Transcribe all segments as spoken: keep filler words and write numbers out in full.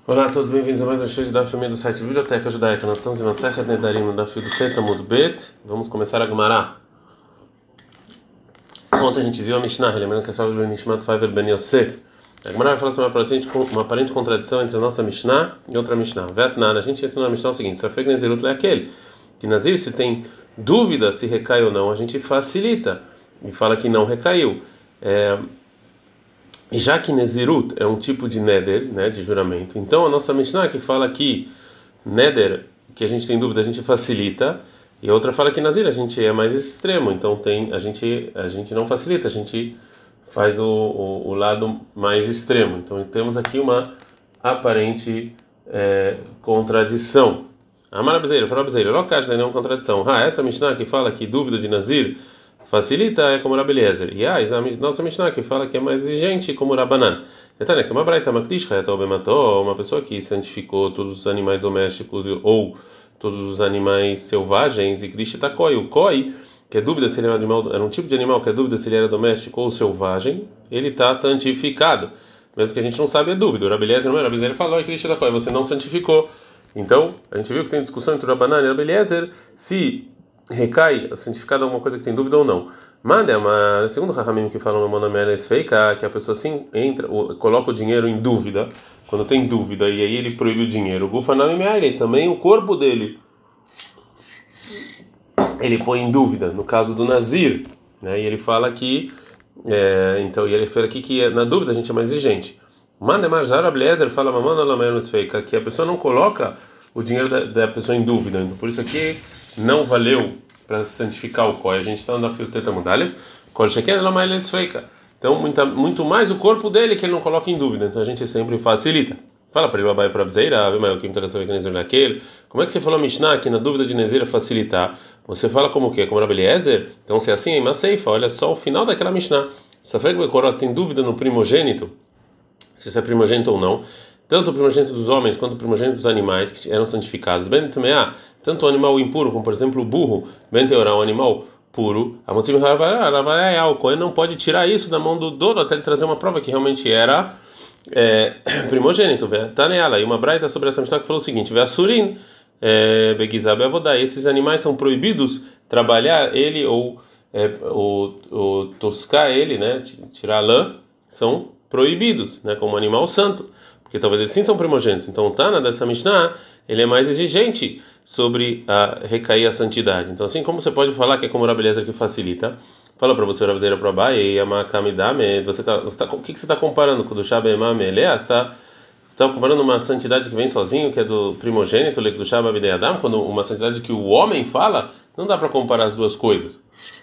Olá a todos, bem-vindos a mais um show de Daf do site Biblioteca Judaica. Nós estamos em Masechet Nedarim no Daf do Teta Mud Bet. Vamos começar a Gemara. Ontem a gente viu a Mishnah, lembrando que essa é o Nishmat Faiver Ben Yosef. A Gemara vai falar sobre uma aparente, uma aparente contradição entre a nossa Mishnah e outra Mishnah. Vetnan, a gente ensinou na Mishnah o seguinte: Safek Nezirut é aquele que Nazir, se tem dúvida se recai ou não, a gente facilita e fala que não recaiu. É... E já que Nezirut é um tipo de Neder, né, de juramento, então a nossa Mishnah que fala que Neder, que a gente tem dúvida, a gente facilita, e a outra fala que Nazir a gente é mais extremo, então tem, a, gente, a gente não facilita, a gente faz o, o, o lado mais extremo. Então temos aqui uma aparente é, contradição. Amar Bezeira, fala Bezeira, não caixa, não é uma contradição. Ah, essa Mishnah que fala que dúvida de Nazir facilita é como Rabi Eliezer. E a nossa Mishnah que fala que é mais exigente como Rabanan. Detalhe que uma braita makdishcha, uma pessoa que santificou todos os animais domésticos ou todos os animais selvagens e krishta koi, o koi, que é dúvida se ele era um animal, era um tipo de animal que é dúvida se ele era doméstico ou selvagem, ele está santificado. Mesmo que a gente não sabe é dúvida. O Rabi Eliezer, não é? Rabi Eliezer falou e krishta koi, você não santificou. Então, a gente viu que tem discussão entre o Rabanan e o Rabi Eliezer se recai o santificado é alguma coisa que tem dúvida ou não. Manda, mas segundo o Rahamim que falam no Monameles feika, que a pessoa assim entra, coloca o dinheiro em dúvida, quando tem dúvida, e aí ele proíbe o dinheiro. O Gufanami Meire, também o corpo dele, ele põe em dúvida, no caso do Nazir, né? E ele fala que, é, então, e ele fala aqui que na dúvida a gente é mais exigente. Manda, mas Rabi Eliezer fala, mamãe na Meles feika, que a pessoa não coloca o dinheiro da, da pessoa em dúvida. Então, por isso aqui não valeu para santificar o koi. A gente está na filteta mudalha. Então, muita, muito mais o corpo dele que ele não coloca em dúvida. Então, a gente sempre facilita. Fala para ele, babai para Bezeira, como é que você falou Mishnah que na dúvida de Nezira facilitar? Você fala como o quê? Como Rabi Eliezer? Então, se é assim, é Maseifa. Olha só o final daquela Mishnah. Safek Bekorot, sem dúvida no primogênito, se isso é primogênito ou não, tanto o primogênito dos homens quanto o primogênito dos animais que eram santificados, bem também há tanto o animal impuro como por exemplo o burro, bem teorá, um animal puro, a motim o Cohen não pode tirar isso da mão do dono até ele trazer uma prova que realmente era é, primogênito. Tá nela e uma braita sobre essa Mishnah que falou o seguinte: vê a surin begizab avodá, esses animais são proibidos trabalhar ele ou é, o, o toscar ele, né, tirar a lã, são proibidos, né, como animal santo, porque talvez eles sim são primogênitos. Então o Tana dessa Mishnah ele é mais exigente sobre a recair a santidade. Então assim como você pode falar que é como o Rabi Eliezer que facilita, fala para você o Rabi para Abai e a Makamidame, você tá, você tá, o que que você está comparando com o do Shabemame Eleas? Está está comparando uma santidade que vem sozinho, que é do primogênito, do Shababidei Adam, quando uma santidade que o homem fala, não dá para comparar as duas coisas.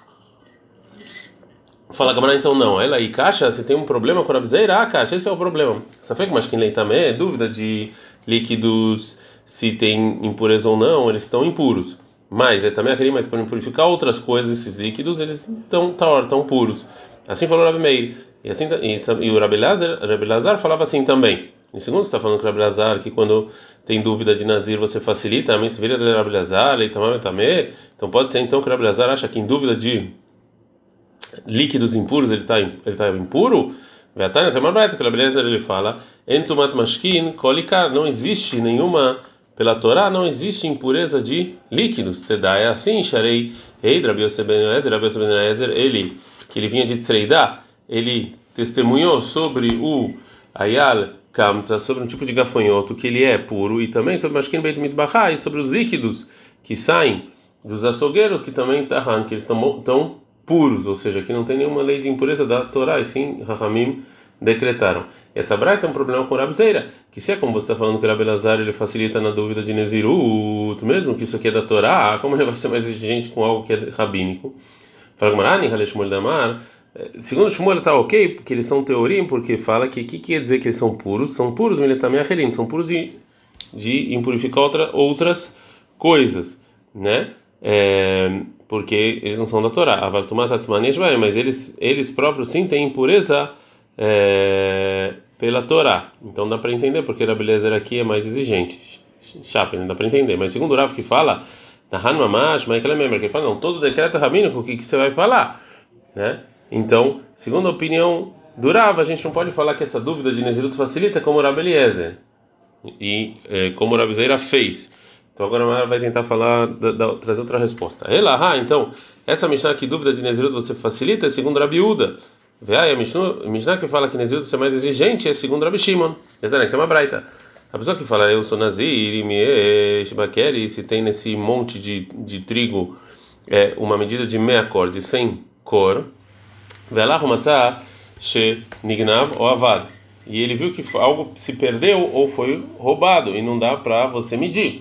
Fala Gamara, então não. Ela e caixa, se tem um problema com a Rabizeira, ah, caixa, esse é o problema. Safek, mas quem lê também é dúvida de líquidos, se tem impureza ou não, eles estão impuros. Mas é também aquele, mas para purificar outras coisas, esses líquidos, eles estão tão puros. Assim falou o Rabi Meir. E assim e, e o Rabi Lazar, Rabi Lazar falava assim também. Em segundo está falando com o Rabi Lazar que quando tem dúvida de Nazir você facilita, a mim se vira Rabi Lazar, e também, então pode ser então que o Rabi Lazar acha que em dúvida de líquidos impuros ele está ele tá impuro. Vetana tem uma braita que a beleza ele fala entumat mashkin kolikar, não existe nenhuma, pela Torá não existe impureza de líquidos. Tedá é assim, Sharei Rei Rabi Yosef ben Eliezer, Rabi Yosef ben Eliezer, ele que ele vinha de Tzreidá, ele testemunhou sobre o ayal kamtza, sobre um tipo de gafanhoto que ele é puro, e também sobre mashkin beit mitbachá, e sobre os líquidos que saem dos açougueiros que também tahan, que eles estão tão puros, ou seja, que não tem nenhuma lei de impureza da Torá, e sim, Rahamim decretaram. E essa braita é um problema com Rabzeira, que se é como você está falando que o Rabi Elazar ele facilita na dúvida de Nezirut, mesmo que isso aqui é da Torá, como ele vai ser mais exigente com algo que é rabínico? Fala Gmarani, Halei Shmuel Damar, segundo Shmuel está ok, porque eles são teorim, porque fala que o que quer dizer que eles são puros? São puros, também acherim, são puros de, de impurificar outra, outras coisas, né? É, porque eles não são da Torá, mas eles, eles próprios sim têm impureza é, pela Torá. Então dá para entender porque a beleza aqui é mais exigente. Chapa, não dá para entender. Mas segundo o Rav que fala, na Hanmamash, mas que ele fala, não, todo decreto rabínico, o que, que você vai falar? Né? Então, segundo a opinião do Rav, a gente não pode falar que essa dúvida de Nezirut facilita como o Rabi Eliezer. e é, como o Rabi Zeira fez. Então agora a Mara vai tentar falar, da, da, trazer outra resposta. Ela, ah, então, essa Mishnah que dúvida de Nezirut você facilita é segundo Rabi Uda. Vê aí a Mishnah, a Mishnah que fala que Nezirut você é mais exigente é segundo Rabi Shimon. Então, tem uma braita. A pessoa que fala eu sou Nazir, e se tem nesse monte de, de trigo é, uma medida de meia cor, de cem cor, vê lá Rumatzah, She Nignav ou Avad. E ele viu que algo se perdeu ou foi roubado e não dá para você medir.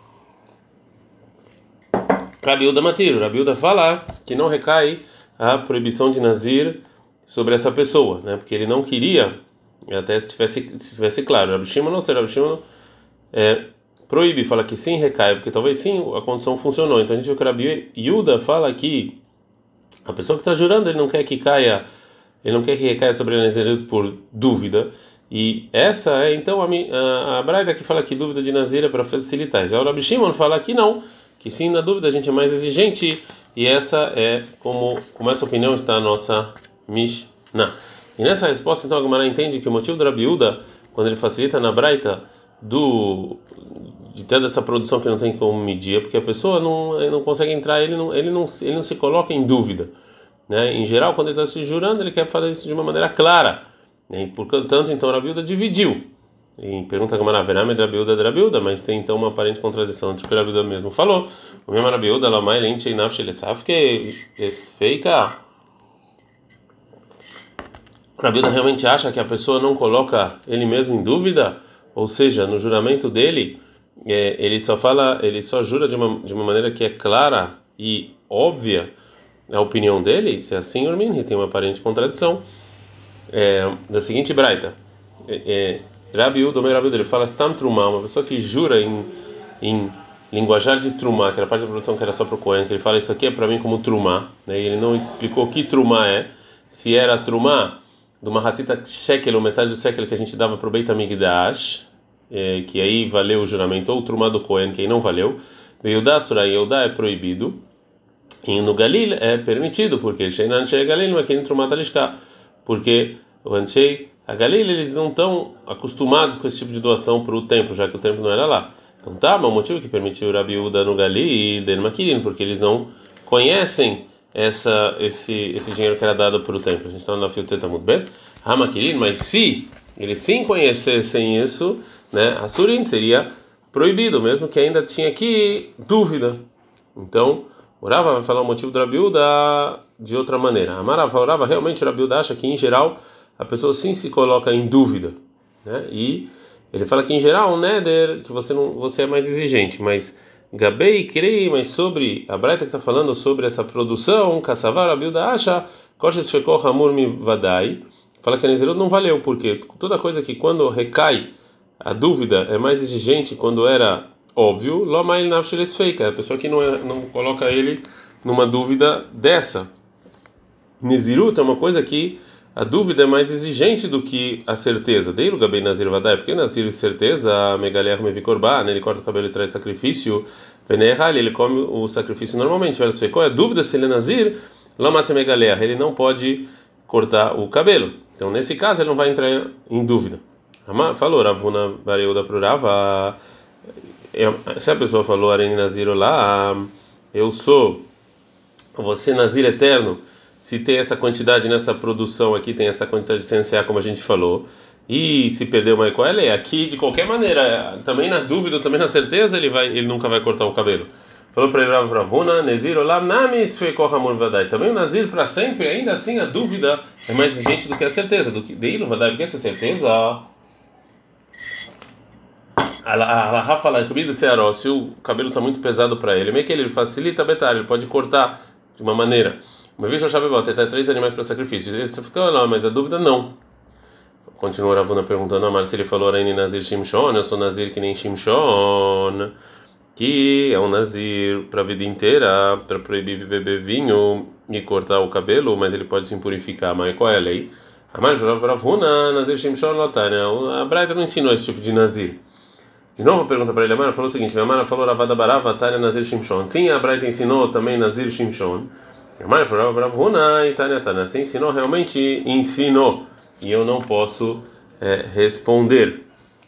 Rabiuda Matir, Rabiuda fala que não recai a proibição de Nazir sobre essa pessoa, né? Porque ele não queria, até se tivesse, se tivesse claro, Rabi Shimon não sei, Rabi Shimon é, proíbe, fala que sim recai, porque talvez sim a condição funcionou. Então a gente viu que Rabi Yuda fala que a pessoa que está jurando, ele não quer que caia, ele não quer que recaia sobre a Nazir por dúvida. E essa é então a, a, a Braita que fala que dúvida de Nazir é para facilitar. Já o Rabi Shimon fala que não, que sim, na dúvida a gente é mais exigente, e essa é como, como essa opinião está a nossa Mishnah. E nessa resposta, então, a Gemara entende que o motivo do Rabi Uda, quando ele facilita na Braita do, de ter essa produção que não tem como medir, é porque a pessoa não, não consegue entrar, ele não, ele, não, ele não se coloca em dúvida. Né? Em geral, quando ele está se jurando, ele quer fazer isso de uma maneira clara. Né? E, portanto, então, o Rabi Uda dividiu. E pergunta a Gemara, Verame Drabiuda Drabiuda, mas tem então uma aparente contradição entre o que o Rabiuda mesmo falou. O mesmo Rabiuda, Lamai Lente e Nafshelesaf, que é feika. O Rabiuda realmente acha que a pessoa não coloca ele mesmo em dúvida, ou seja, no juramento dele, é, ele só fala, ele só jura de uma, de uma maneira que é clara e óbvia a opinião dele. Se é assim, Urmin, tem uma aparente contradição. É, da seguinte braita. É, é, Rabi Uda, o meu Rabi Uda, ele fala Stam Trumá, uma pessoa que jura em, em linguajar de Trumá, que era parte da produção que era só para o Cohen, que ele fala isso aqui é para mim como Trumá, né? E ele não explicou o que Trumá é, se era Trumá de uma Hatzita Shekel, ou metade do Shekel que a gente dava para o Beit HaMikdash, é, que aí valeu o juramento, ou Trumá do Cohen, que aí não valeu. Yehudá, Surah, Yehudá é proibido, e no Galil é permitido, porque Sheinan Shei Galil, mas aqui em Trumá Talishká, porque o Anshei a Galil, eles não estão acostumados com esse tipo de doação para o templo, já que o templo não era lá. Então tá, mas o motivo que permitiu o Rabi Uda no Galil e Den Makirin, porque eles não conhecem essa, esse, esse dinheiro que era dado para o templo. A gente está na Fioteta Mudbet, Hamakirin, mas se eles sim conhecessem isso, né, a Surin seria proibido, mesmo que ainda tinha aqui dúvida. Então, o Rava vai falar o motivo do Rabi Uda de outra maneira. A Mara falava, realmente o Rabi Uda acha que em geral a pessoa sim se coloca em dúvida, né? E ele fala que em geral, né, que você não, você é mais exigente, mas Gabei crei, mas sobre a Braita que está falando sobre essa produção, Kassavar, a Bilda acha, Koshes Shekor Hamur Mivadai, fala que a Nezirut não valeu, porque toda coisa que quando recai a dúvida é mais exigente quando era óbvio, Lomail Nafsheles Feika, a pessoa que não, é, não coloca ele numa dúvida dessa. Nezirut é uma coisa que a dúvida é mais exigente do que a certeza. Dei o Gabei Nazir Vadai, porque Nazir certeza, Megaler Mevikorba, ele corta o cabelo e traz sacrifício, Venerhal, ele come o sacrifício normalmente. Qual é a dúvida se ele é Nazir? Lamatse Megaler, ele não pode cortar o cabelo. Então, nesse caso, ele não vai entrar em dúvida. Falou Ravuna Bareuda pro Rava, se a pessoa falou Areni Nazir lá, eu sou você Nazir eterno. Se tem essa quantidade nessa produção aqui, tem essa quantidade de C N C A como a gente falou, e se perdeu uma Ekoel, é aqui de qualquer maneira, também na dúvida, também na certeza, ele vai, ele nunca vai cortar o cabelo. Falou para ele Ravuna, Nezir Olam Namis Feikor Hamur Vadai. Também o Nazir para sempre, ainda assim a dúvida é mais exigente do que a certeza, do que Deilo Vadai, porque essa certeza. A Rafa fala que se o cabelo está muito pesado para ele, meio que ele facilita a betar, ele pode cortar de uma maneira. Uma vez eu achava bom ter três animais para sacrifício. Você fica lá, mas a dúvida não. Continua a Ravuna perguntando a Mar se ele falou Areni Nazir Shimshon, eu sou Nazir que nem Shimshon, que é um Nazir para a vida inteira, para proibir beber vinho e cortar o cabelo, mas ele pode se impurificar. Mas qual é a lei? A Mar Ravuna, Nazir Shimshon Lotania. A Braita não ensinou esse tipo de Nazir. De novo pergunta para ele, a Mara falou o seguinte: a Mara falou Ravada Barava, Tânia Nazir Shimshon. Sim, a Braita ensinou também Nazir Shimshon. A Mara falou Ravuna e Tânia Tânia. Sim, ensinou, realmente ensinou. E eu não posso é, responder.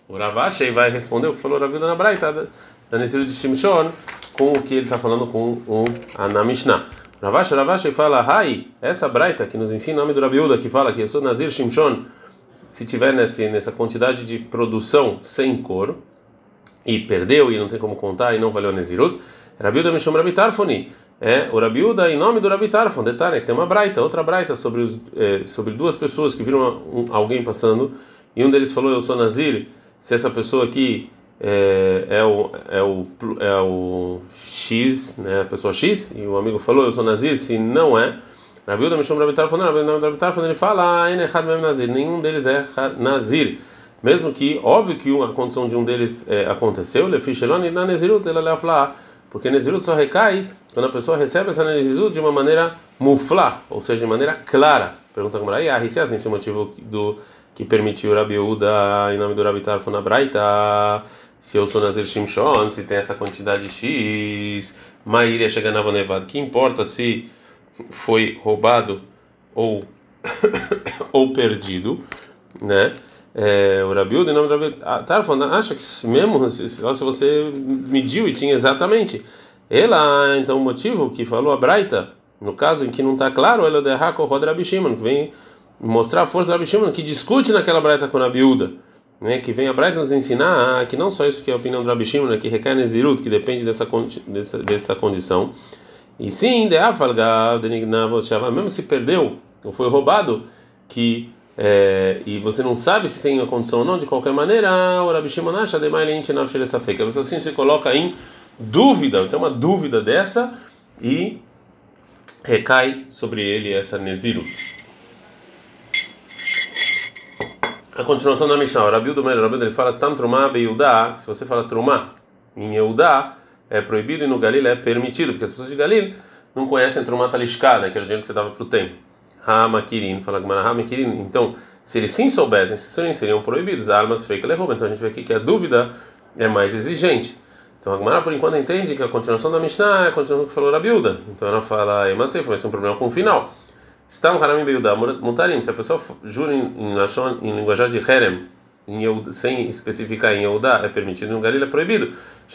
O Ravashi vai responder o que falou Rabiuda na Braita da, da Nezirut de Shimshon com o que ele está falando com o na Mishnah. Ravashi, Ravashi fala, Hai, essa Braita que nos ensina o nome do Rabiuda, que fala que eu sou Nazir Shimshon, se tiver nesse, nessa quantidade de produção sem cor, e perdeu, e não tem como contar, e não valeu a Nezirut, Rabiuda me chama Rabi Tarfoni, é, o Rabiuda em nome do Rabi Tarfon, detalhe, que tem uma Braita, outra Braita sobre, os, é, sobre duas pessoas que viram um, alguém passando, e um deles falou, eu sou Nazir, se essa pessoa aqui é, é, o, é, o, é o X, né, a pessoa X, e o amigo falou, eu sou Nazir, se não é, Rabiuda me chama Rabi Tarfon, não, Rabi Tarfon, ele fala, ah, Nazir, nenhum deles é Nazir, mesmo que, óbvio que a condição de um deles é, aconteceu, Lefishelon e na Nezirut, ela leva lá, porque Nezirut só recai quando a pessoa recebe essa Nezirut de uma maneira muflá, ou seja, de maneira clara. Pergunta como aí, ah, se é assim, esse é o motivo do que permitiu o Rabiuda em nome do Rabi Tarfon na Braita, se eu sou Nazir Shimshon, se tem essa quantidade X, Maíria chega na Vonevado, que importa se foi roubado ou ou perdido, né? É, o Rabiuda, em nome do Rabi Tarfon, acha que mesmo se, se você mediu e tinha exatamente ela, então o motivo que falou a Braita, no caso em que não está claro, ela derra com o Rod Rabi Shimon, que vem mostrar a força do Rabi Shimon, que discute naquela Braita com o Rabiuda, né, que vem a Braita nos ensinar ah, que não só isso que é a opinião do Rabi Shimon, né, que recai Nezirut, que depende dessa, dessa, dessa condição, e sim, mesmo se perdeu ou foi roubado, que É, e você não sabe se tem a condição ou não, de qualquer maneira, o Rabi Shimon acha de mais lente na filha safek. A pessoa assim se coloca em dúvida, então uma dúvida dessa e recai sobre ele essa Nezirut. A continuação da Mishnah, o Rabiuda, o Rabiuda ele fala, Stam Trumá Beyudá, se você fala Trumá em Eudá, é proibido e no Galil é permitido, porque as pessoas de Galil não conhecem Trumá Talishká, né, que era o dinheiro que você dava para o templo. Hamakirin, fala que Hamakirin. Então, se eles sim soubessem, esses seriam proibidos. Almas fake levou. Então a gente vê aqui que a dúvida é mais exigente. Então a Gemara por enquanto entende que a continuação da Mishnah é a continuação que falou Rabiuda. Então ela fala, Emasei, foi um problema com o final. Está um Haramim Beyudá Mutarim. Se a pessoa jura em, em, em linguajar de Herem, em Yehuda, sem especificar em Yehuda, é permitido, no Galil é proibido.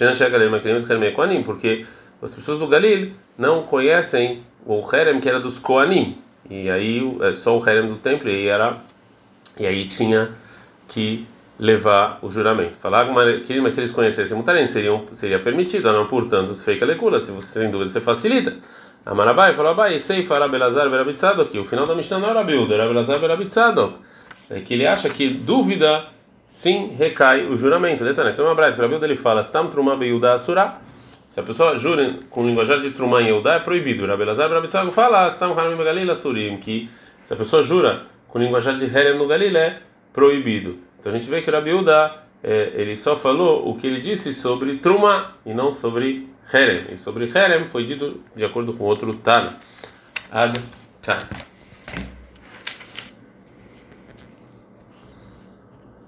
Porque as pessoas do Galil não conhecem o Herem que era dos Koanim. E aí só o Herem do templo e aí era e aí tinha que levar o juramento. Falar que mas se eles conhecessem Mutarem seriam seria permitido, não portanto os fake lecula, se você tem dúvida você facilita. Amarabai falou abai sei fará Belazar Berabitzadok, aqui o final da Mishnah não era Rabiuda, era Belazar Berabitzadok, é que ele acha que dúvida sim recai o juramento. Detalhe, que é uma braita, o Rabiuda ele fala Stam Trumá Beyudá Asurá. Se a pessoa jura com linguajar de Trumá em Eudá, é proibido. Rabi Elazar Berabitzadok fala, Stam Haramim Galil Asurim, que se a pessoa jura com linguajar de Herem no Galil, é proibido. Então a gente vê que o Rabi Eudá, é, ele só falou o que ele disse sobre Trumá e não sobre Herem. E sobre Herem foi dito de acordo com outro Tana. Ad Kan.